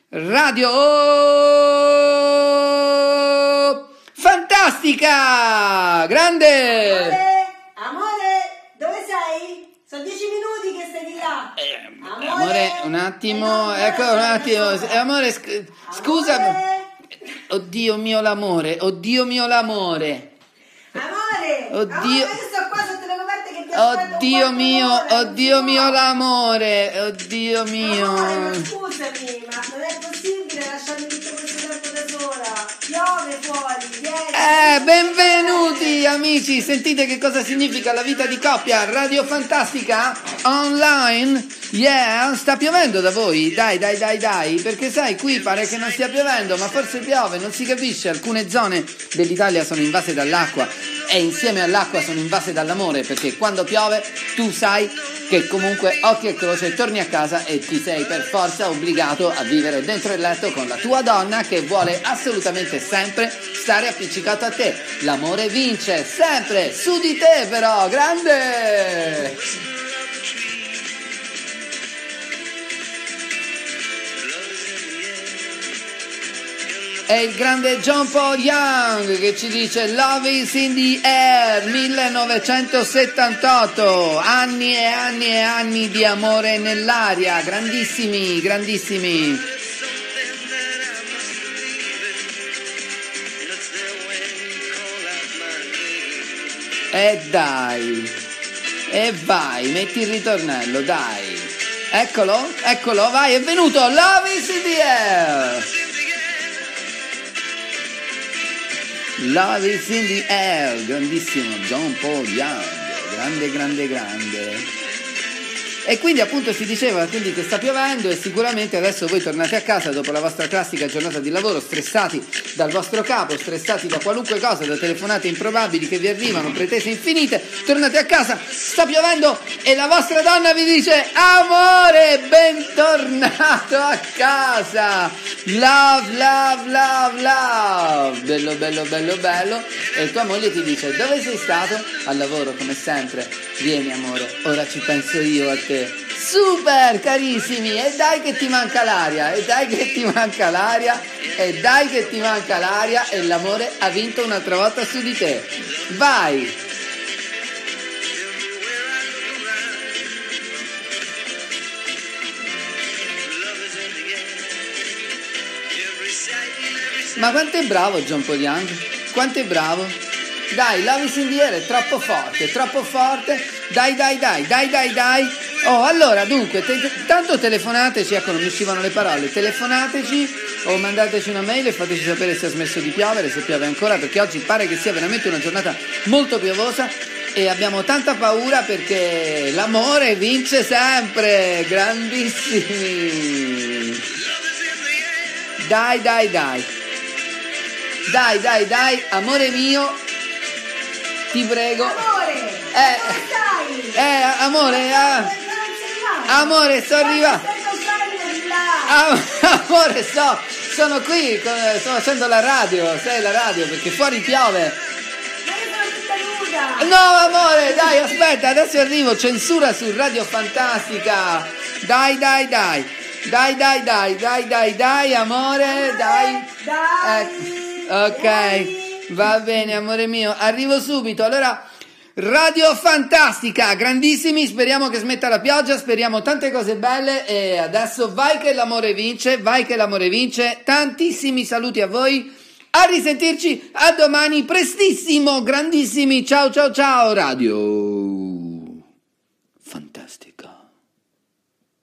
Radio Fantastica! Grande! Amore, dove sei? Sono 10 minuti che sei di là. Amore, un attimo, ecco un attimo. Amore, scusa. Oddio mio l'amore, oddio mio l'amore. Amore, oddio. Io sto qua sotto le coperte che ti aspetto. Oddio mio l'amore, oddio mio. Amore, ma scusami, ma non è possibile lasciarmi tutto questo tempo da sola. Piove fuori, vieni. Benvenuti amici, sentite che cosa significa la vita di coppia. Radio Fantastica online. Yeah, sta piovendo da voi? Dai, perché sai, qui pare che non stia piovendo, ma forse piove, non si capisce. Alcune zone dell'Italia sono invase dall'acqua e insieme all'acqua sono invase dall'amore, perché quando piove tu sai che comunque occhi e croce torni a casa e ti sei per forza obbligato a vivere dentro il letto con la tua donna che vuole assolutamente sempre stare appiccicato a te. L'amore vince sempre su di te, però, grande! È il grande John Paul Young che ci dice Love is in the air, 1978, anni e anni e anni di amore nell'aria, grandissimi, grandissimi. E dai, e vai, metti il ritornello, dai, eccolo, vai, è venuto, Love is in the air. Love is in the air, grandissimo John Paul Young, grande. E quindi appunto si diceva quindi che sta piovendo e sicuramente adesso voi tornate a casa dopo la vostra classica giornata di lavoro, stressati dal vostro capo, stressati da qualunque cosa, da telefonate improbabili che vi arrivano, pretese infinite, tornate a casa, sta piovendo e la vostra donna vi dice amore, bentornato a casa, love, bello, e tua moglie ti dice dove sei stato? Al lavoro come sempre, vieni amore, ora ci penso io a te. Super carissimi, e dai che ti manca l'aria, e l'amore ha vinto un'altra volta su di te. Vai! Ma quanto è bravo John Paul Young, quanto è bravo. Dai, Love is in the air è troppo forte, dai. Oh, allora, dunque, tanto telefonateci, ecco, non mi uscivano le parole, telefonateci o mandateci una mail e fateci sapere se ha smesso di piovere, se piove ancora, perché oggi pare che sia veramente una giornata molto piovosa e abbiamo tanta paura perché l'amore vince sempre, grandissimi. Dai, amore mio, ti prego. Amore, sto arrivando. Amore, sono qui, sto facendo la radio, sai la radio, perché fuori piove. No, amore, dai, aspetta, adesso arrivo, censura su Radio Fantastica. Dai, amore, dai. Ok, va bene, amore mio, arrivo subito. Allora, Radio Fantastica, grandissimi, speriamo che smetta la pioggia, speriamo tante cose belle e adesso vai che l'amore vince, tantissimi saluti a voi, a risentirci, a domani prestissimo, grandissimi, ciao Radio.